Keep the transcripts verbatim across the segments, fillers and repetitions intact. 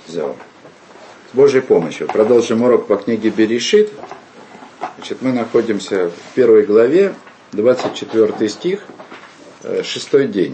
С Божьей помощью. Продолжим урок по книге Берешит. Значит, мы находимся в первой главе, двадцать четвёртый стих, шестой день.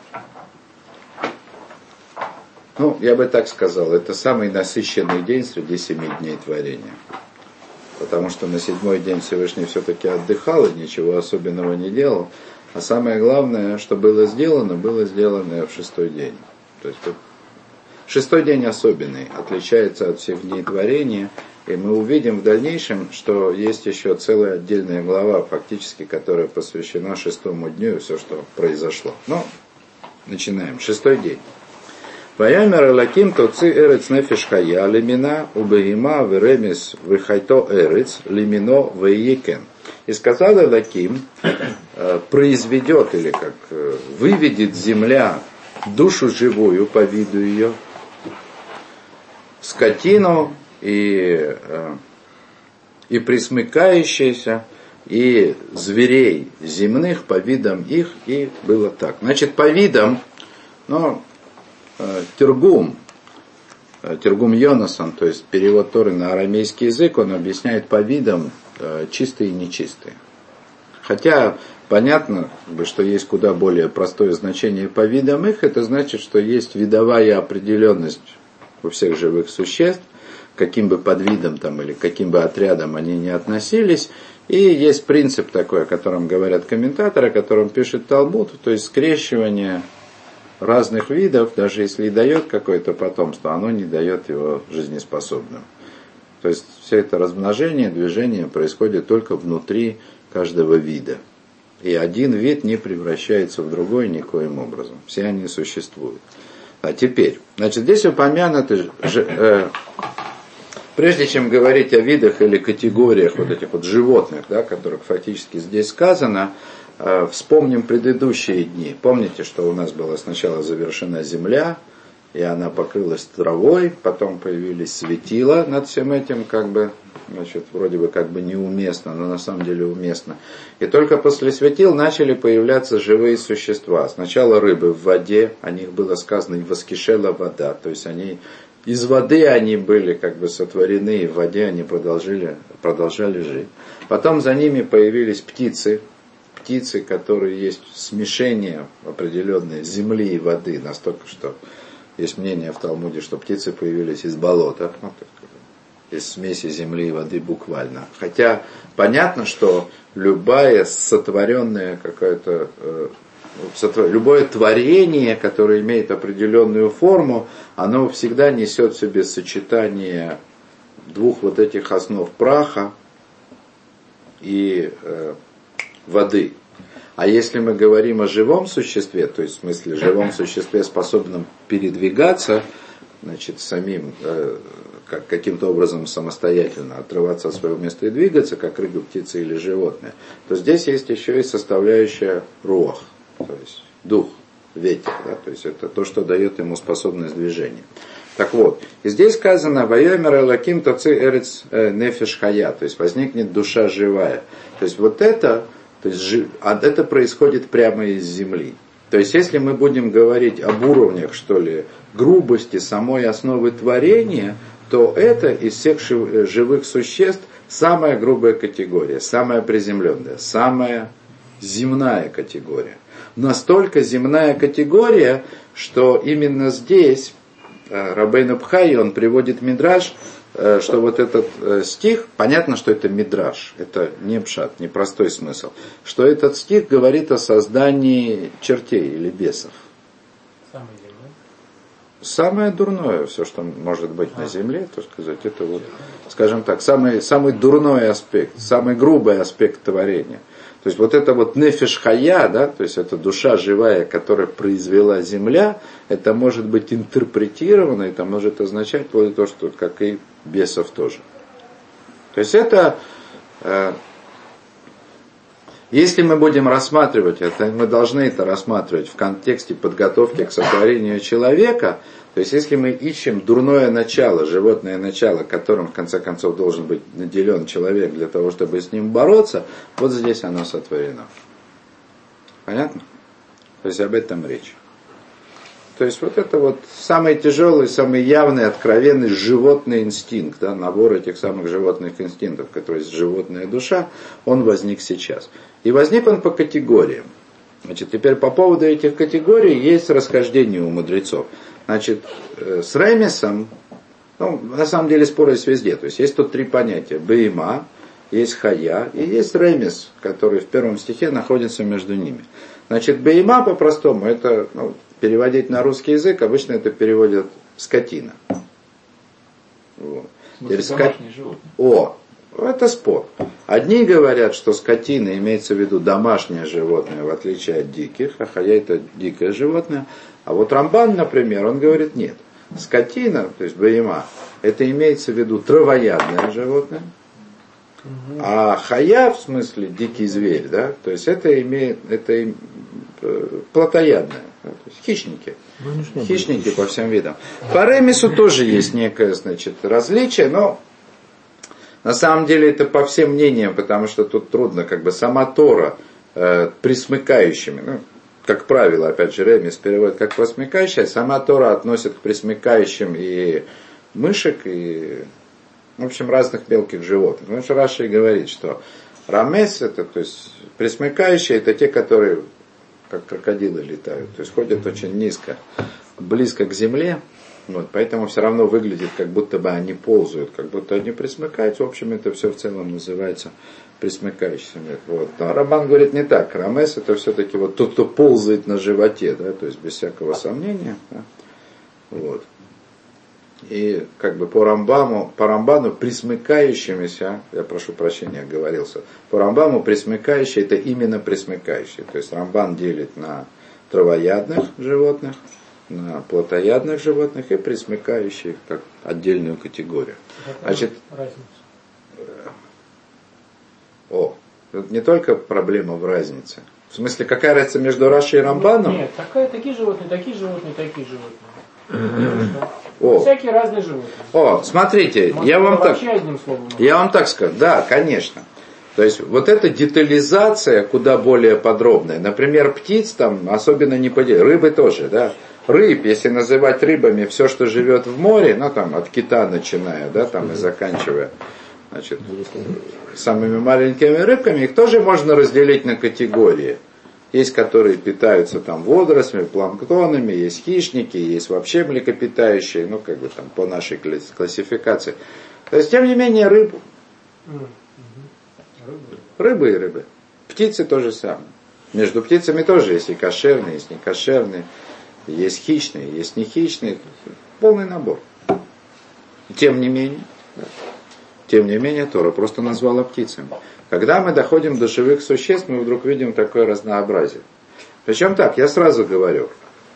Ну, я бы так сказал, это самый насыщенный день среди семи дней творения. Потому что на седьмой день Всевышний все-таки отдыхал и ничего особенного не делал. А самое главное, что было сделано, было сделано в шестой день. То есть шестой день особенный, отличается от всех дней творения. И мы увидим в дальнейшем, что есть еще целая отдельная глава, фактически, которая посвящена шестому дню и все, что произошло. Ну, начинаем. Шестой день. Ваямер Элаким тоци эрец нефеш хая лимина убегима веремис вихайто эрец лимино вейекен. И сказал Элаким, произведет или как выведет земля душу живую по виду ее, скотину и, и присмыкающиеся, и зверей земных по видам их, и было так. Значит, по видам, ну, Тергум, Тергум Йонасан, то есть перевод Торы на арамейский язык, он объясняет по видам чистые и нечистые. Хотя понятно, что есть куда более простое значение по видам их, это значит, что есть видовая определенность у всех живых существ, каким бы подвидом там, или каким бы отрядом они ни относились. И есть принцип такой, о котором говорят комментаторы, о котором пишет Талмуд, то есть скрещивание разных видов, даже если и дает какое-то потомство, оно не дает его жизнеспособным. То есть все это размножение, движение происходит только внутри каждого вида. И один вид не превращается в другой никоим образом. Все они существуют. А теперь, значит, здесь упомянуты, э, прежде чем говорить о видах или категориях вот этих вот животных, да, которых фактически здесь сказано, э, вспомним предыдущие дни. Помните, что у нас была сначала завершена земля, и она покрылась травой, потом появились светила над всем этим, как бы, значит, вроде бы как бы неуместно, но на самом деле уместно. И только после светил начали появляться живые существа. Сначала рыбы в воде, о них было сказано, и воскишела вода, то есть они, из воды они были как бы сотворены, и в воде они продолжали, продолжали жить. Потом за ними появились птицы, птицы, которые есть смешение определенное земли и воды, настолько, что есть мнение в Талмуде, что птицы появились из болота, ну, из смеси земли и воды буквально. Хотя понятно, что любая сотворенная какая-то, э, сотвор... любое творение, которое имеет определенную форму, оно всегда несет в себе сочетание двух вот этих основ праха и э, воды. А если мы говорим о живом существе, то есть в смысле живом существе, способном передвигаться, значит, самим, э, как, каким-то образом самостоятельно отрываться от своего места и двигаться, как рыба, птица или животное, то здесь есть еще и составляющая руах, то есть дух, ветер, да, то есть это то, что дает ему способность движения. Так вот, и здесь сказано «Вайомер элаким тоци эрец нефеш хая», то есть возникнет душа живая. То есть вот это... То есть это происходит прямо из земли. То есть если мы будем говорить об уровнях, что ли, грубости самой основы творения, то это из всех живых существ самая грубая категория, самая приземленная, самая земная категория. Настолько земная категория, что именно здесь Рабейну Бхай, он приводит мидраш, что вот этот стих, понятно, что это мидраш, это не пшат, не простой смысл, что этот стих говорит о создании чертей или бесов. Самое дурное? Самое дурное, все, что может быть а. на земле, то сказать, это вот, скажем так, самый, самый дурной аспект, самый грубый аспект творения. То есть вот это вот нефеш хая, да, то есть это душа живая, которая произвела земля, это может быть интерпретировано, это может означать вплоть до того, что как и бесов тоже. То есть это, э, если мы будем рассматривать это, мы должны это рассматривать в контексте подготовки к сотворению человека, то есть если мы ищем дурное начало, животное начало, которым в конце концов должен быть наделен человек для того, чтобы с ним бороться, вот здесь оно сотворено. Понятно? То есть об этом речь. То есть вот это вот самый тяжелый, самый явный, откровенный животный инстинкт, да, набор этих самых животных инстинктов, которые есть животная душа, он возник сейчас. И возник он по категориям. Значит, теперь по поводу этих категорий есть расхождение у мудрецов. Значит, с ремесом, ну, на самом деле споры есть везде. То есть есть тут три понятия. Бейма, есть хая и есть ремес, который в первом стихе находится между ними. Значит, бейма по-простому, это, ну, переводить на русский язык, обычно это переводят скотина. Вот. Теперь ска... О, это спор. Одни говорят, что скотина имеется в виду домашнее животное, в отличие от диких, а хая это дикое животное. А вот Рамбан, например, он говорит, нет. Скотина, то есть бейма, это имеется в виду травоядное животное. А хая, в смысле дикий зверь, да, то есть это имеет, это плотоядное, да, то есть хищники. Ну, хищники по всем видам. По ремесу тоже есть некое, значит, различие, но на самом деле это по всем мнениям, потому что тут трудно, как бы сама Тора э, присмыкающими, ну, как правило, опять же, ремес переводит как присмыкающая, сама Тора относит к присмыкающим и мышек, и, в общем, разных мелких животных. Потому что Раши говорит, что рамес, это, то есть, присмыкающие, это те, которые, как крокодилы, летают, то есть, ходят очень низко, близко к земле, вот, поэтому все равно выглядит, как будто бы они ползают, как будто они присмыкаются. В общем, это все в целом называется присмыкающими. Вот. Но Рамбан говорит не так. Рамес это все-таки вот тот, кто ползает на животе, да, то есть без всякого сомнения. Да. Вот. И как бы по Рамбану, по Рамбану присмыкающимися, я прошу прощения, оговорился, по Рамбану присмыкающие это именно присмыкающие. То есть Рамбан делит на травоядных животных, на плотоядных животных и присмыкающих как отдельную категорию. Значит, о, тут не только проблема в разнице. В смысле, какая разница между Раши и Рамбаном? Нет, такая, такие животные, такие животные, такие животные. О. Всякие разные животные. О, смотрите, Может, я вам так, одним словом, я вам так скажу, да, конечно. То есть вот эта детализация куда более подробная. Например, птиц там особенно не поделили, рыбы тоже, да. Рыб, если называть рыбами все, что живет в море, ну там от кита начиная, да, там и заканчивая, значит, самыми маленькими рыбками, их тоже можно разделить на категории. Есть, которые питаются там водорослями, планктонами, есть хищники, есть вообще млекопитающие, ну как бы там по нашей классификации. То есть, тем не менее, рыбу. Рыбы и рыбы. Птицы то же самое. Между птицами тоже есть и кошерные, есть не кошерные. Есть хищные, есть не хищные, полный набор. Тем не менее, тем не менее, Тора просто назвала птицами. Когда мы доходим до живых существ, мы вдруг видим такое разнообразие. Причем так, я сразу говорю,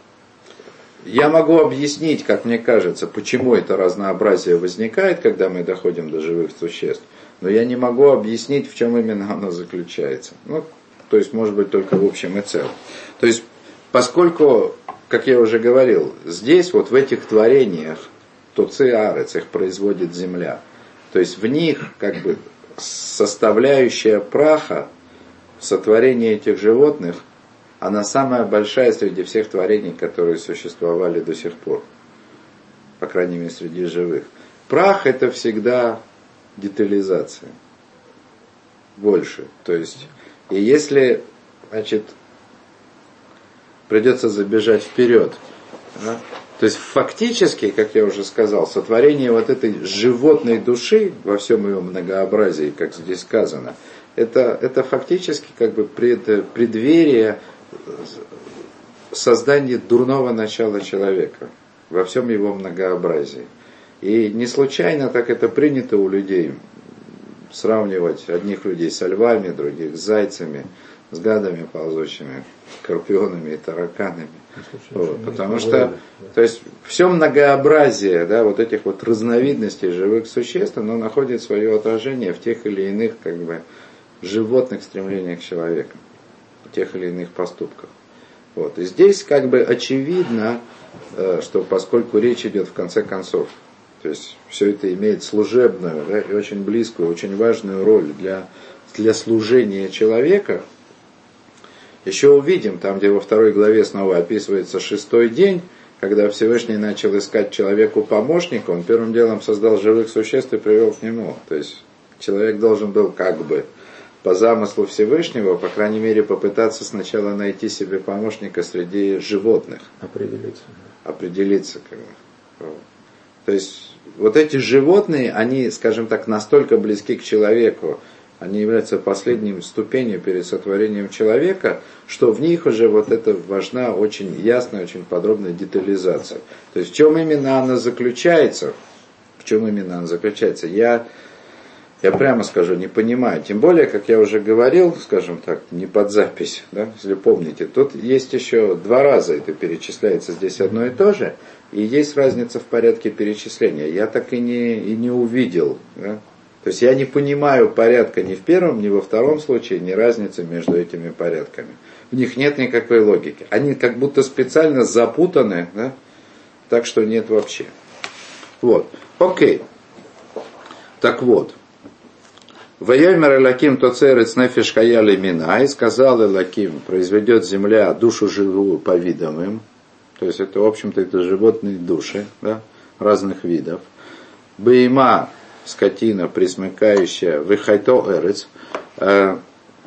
я могу объяснить, как мне кажется, почему это разнообразие возникает, когда мы доходим до живых существ, но я не могу объяснить, в чем именно оно заключается. Ну, то есть, может быть, только в общем и целом. То есть, поскольку, как я уже говорил, здесь, вот в этих творениях, тоци арец, их производит земля. То есть в них, как бы, составляющая праха сотворения этих животных, она самая большая среди всех творений, которые существовали до сих пор. По крайней мере, среди живых. Прах это всегда детализация. Больше. То есть, и если, значит, придется забежать вперед. Да? То есть фактически, как я уже сказал, сотворение вот этой животной души во всем ее многообразии, как здесь сказано, это, это фактически как бы пред, преддверие создания дурного начала человека во всем его многообразии. И не случайно так это принято у людей, сравнивать одних людей со львами, других с зайцами, с гадами ползучими, скорпионами и тараканами. Вот, потому что, то есть, все многообразие, да, вот этих вот разновидностей живых существ, оно находит свое отражение в тех или иных, как бы, животных стремлениях человека, в тех или иных поступках. Вот. И здесь, как бы, очевидно, что поскольку речь идет в конце концов, то есть, все это имеет служебную, да, и очень близкую, очень важную роль для, для служения человека. Еще увидим, там, где во второй главе снова описывается шестой день, когда Всевышний начал искать человеку помощника, он первым делом создал живых существ и привел к нему. То есть человек должен был как бы по замыслу Всевышнего, по крайней мере, попытаться сначала найти себе помощника среди животных. Определиться. Определиться. Как бы. То есть вот эти животные, они, скажем так, настолько близки к человеку, они являются последней ступенью перед сотворением человека, что в них уже вот это важна очень ясная, очень подробная детализация. То есть в чем именно она заключается, в чем именно она заключается, я, я прямо скажу, не понимаю. Тем более, как я уже говорил, скажем так, не под запись, да, если помните, тут есть еще два раза это перечисляется здесь одно и то же, и есть разница в порядке перечисления. Я так и не, и не увидел, да. То есть я не понимаю порядка ни в первом, ни во втором случае, ни разницы между этими порядками. В них нет никакой логики. Они как будто специально запутаны, да? Так что нет вообще. Вот. Окей. Так вот. Вайомер Элаким тоцерец нефеш хая лемина, и сказал Элаким, произведет земля душу живую по видам им. То есть это, в общем-то, это животные души, да? Разных видов. Бейма, скотина, пресмыкающая, выхайто эрец, э,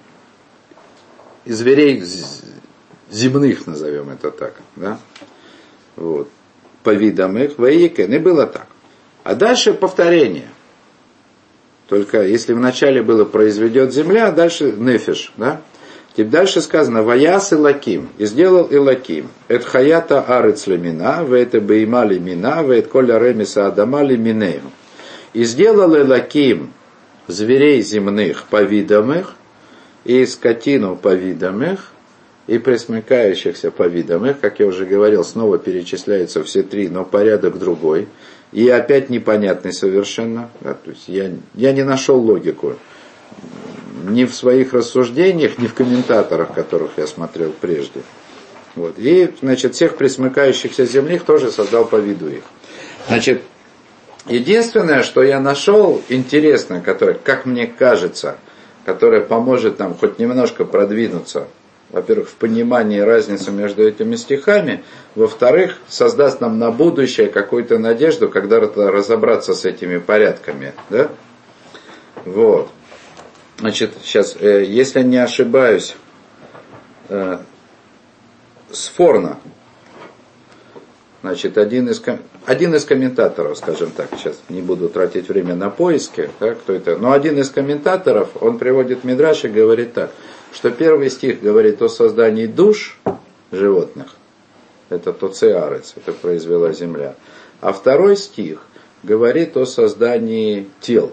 зверей земных, назовем это так, да, вот, по видам их, вейкен, и было так. А дальше повторение. Только если вначале было произведет земля, а дальше нефеш, да, теперь дальше сказано, ваяс Элаким, и сделал Элаким, эт хаята арец лемина, вэт бейма лемина, вэт коля ремиса адама леминеем. И сделал Элаким зверей земных по видам их, и скотину по видам их, и пресмыкающихся по видам их, как я уже говорил, снова перечисляются все три, но порядок другой, и опять непонятный совершенно. Да, то есть я, я не нашел логику ни в своих рассуждениях, ни в комментаторах, которых я смотрел прежде. Вот. И, значит, всех пресмыкающихся земных тоже создал по виду их. Значит, единственное, что я нашел интересное, которое, как мне кажется, которое поможет нам хоть немножко продвинуться, во-первых, в понимании разницы между этими стихами, во-вторых, создаст нам на будущее какую-то надежду, когда-то разобраться с этими порядками, да? Вот. Значит, сейчас, э, если не ошибаюсь, э, Сфорно, значит, один из, один из комментаторов, скажем так, сейчас не буду тратить время на поиски, да, кто это, но один из комментаторов, он приводит мидраш и говорит так, что первый стих говорит о создании душ животных, это тоцеарец, это произвела земля, а второй стих говорит о создании тел.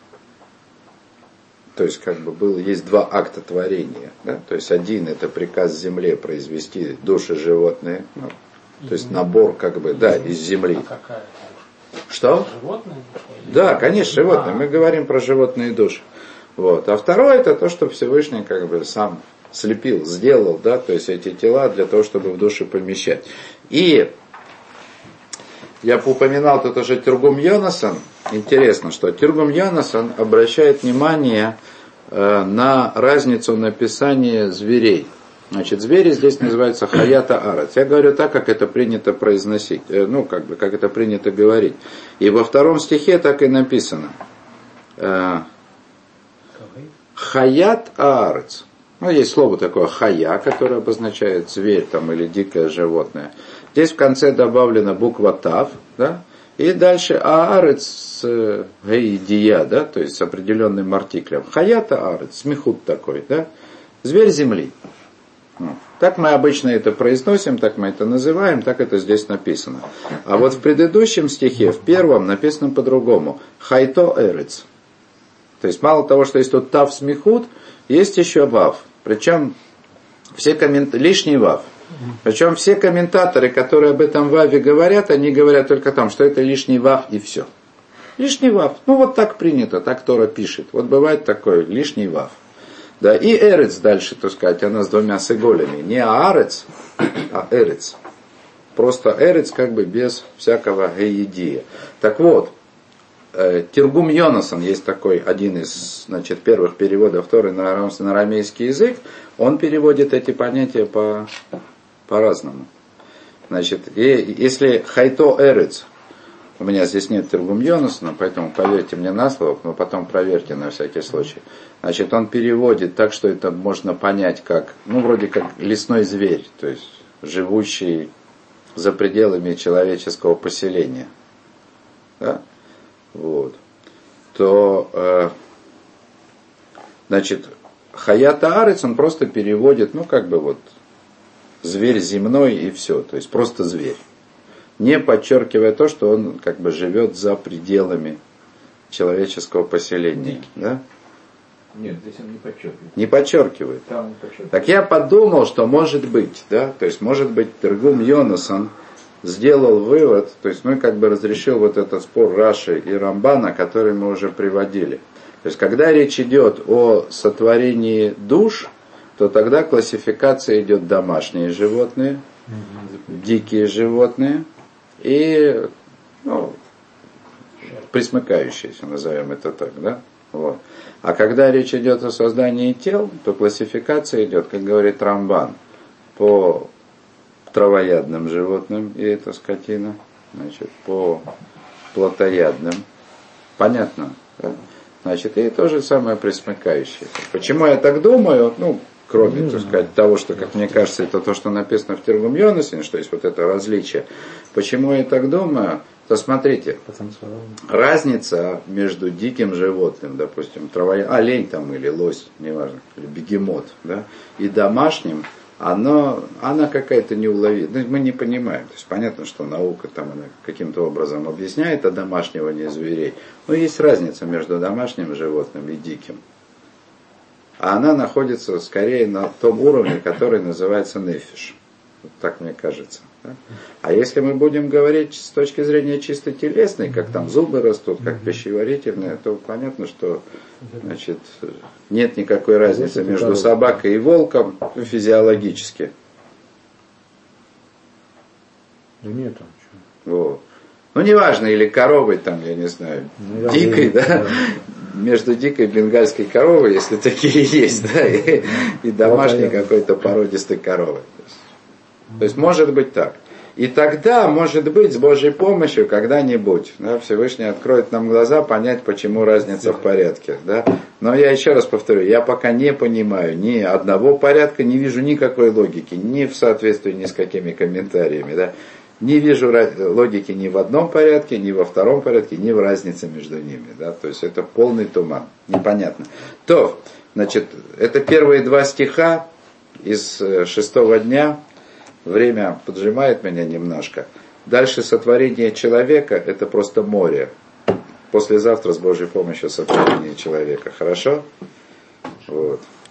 То есть, как бы было, есть два акта творения, да? То есть один это приказ земле произвести души животные, ну, то есть набор, как бы, да, из земли. А какая душа? Что? Животные? Да, конечно, животные. Мы говорим про животные души. Вот. А второе это то, что Всевышний как бы сам слепил, сделал, да, то есть эти тела для того, чтобы в души помещать. И я упоминал тут уже Тиргум Йонасон. Интересно, что Тиргум Йонасон обращает внимание э, на разницу написания зверей. Значит, звери здесь называются хаята арец. Я говорю так, как это принято произносить, э, ну, как бы, как это принято говорить. И во втором стихе так и написано. Э, хаят арец. Ну, есть слово такое хая, которое обозначает зверь там, или дикое животное. Здесь в конце добавлена буква тав, да, и дальше аарец с гейдия, да, то есть с определенным артиклем. Хаята аарец, смехут такой, да, зверь земли. Ну, так мы обычно это произносим, так мы это называем, так это здесь написано. А вот в предыдущем стихе, в первом, написано по-другому. Хайто эрец. То есть мало того, что есть тут тав смехут, есть еще вав. Причем все коммент... лишний вав. Причем все комментаторы, которые об этом ваве говорят, они говорят только о том, что это лишний вав и все. Лишний вав. Ну вот так принято, так Тора пишет. Вот бывает такое, лишний вав. Да, и эрец дальше, так сказать, она с двумя сыголями. Не аарец, а эрец. Просто эрец как бы без всякого геидия. Так вот, э, Тиргум Йонасон, есть такой один из, значит, первых переводов Торы на, на арамейский язык, он переводит эти понятия по, по-разному. Значит, и если хайто эрец, у меня здесь нет Тиргум Йонасона, поэтому поверьте мне на слово, но потом проверьте на всякий случай. Значит, он переводит так, что это можно понять как, ну, вроде как лесной зверь, то есть живущий за пределами человеческого поселения. Да? Вот. То, э, значит, хаята арец, он просто переводит, ну, как бы вот, зверь земной и все, то есть просто зверь. Не подчеркивая то, что он как бы живет за пределами человеческого поселения. Да? Нет, здесь он не подчеркивает. Не подчеркивает. Там он подчеркивает. Так я подумал, что может быть, да, то есть может быть Тиргум Йонасон сделал вывод, то есть ну как бы разрешил вот этот спор Раши и Рамбана, который мы уже приводили. То есть когда речь идет о сотворении душ, то тогда классификация идет домашние животные, дикие животные и ну, пресмыкающиеся, назовем это так, да? Вот. А когда речь идет о создании тел, то классификация идет, как говорит Рамбан, по травоядным животным, и это скотина, значит, по плотоядным. Понятно? Да? Значит, и то же самое пресмыкающееся. Почему я так думаю? Ну, кроме, так сказать, того, что, как мне кажется, это то, что написано в Тиргум Йонасоне, что есть вот это различие. Почему я так думаю? То смотрите, разница между диким животным, допустим, травоя... олень там или лось, неважно, или бегемот, да, и домашним, оно, она какая-то неуловимая. Мы не понимаем. То есть понятно, что наука там она каким-то образом объясняет одомашнивание зверей. Но есть разница между домашним животным и диким. А она находится скорее на том уровне, который называется нефиш. Вот так мне кажется. Да? А если мы будем говорить с точки зрения чисто телесной, как там зубы растут, как пищеварительные, то понятно, что значит, нет никакой разницы между собакой и волком физиологически. Да нет. Вот. Ну, неважно, или коровой там, я не знаю, ну, дикой, да? да? Между дикой бенгальской коровой, если такие есть, да, и, и домашней какой-то породистой коровой. То есть, может быть так. И тогда, может быть, с Божьей помощью когда-нибудь да, Всевышний откроет нам глаза, понять, почему разница в порядке. Да? Но я еще раз повторю, я пока не понимаю ни одного порядка, не вижу никакой логики, ни в соответствии ни с какими комментариями. Да? Не вижу логики ни в одном порядке, ни во втором порядке, ни в разнице между ними. Да? То есть это полный туман, непонятно. То, значит, это первые два стиха из шестого дня. Время поджимает меня немножко. Дальше сотворение человека – это просто море. Послезавтра с Божьей помощью сотворение человека. Хорошо? Вот.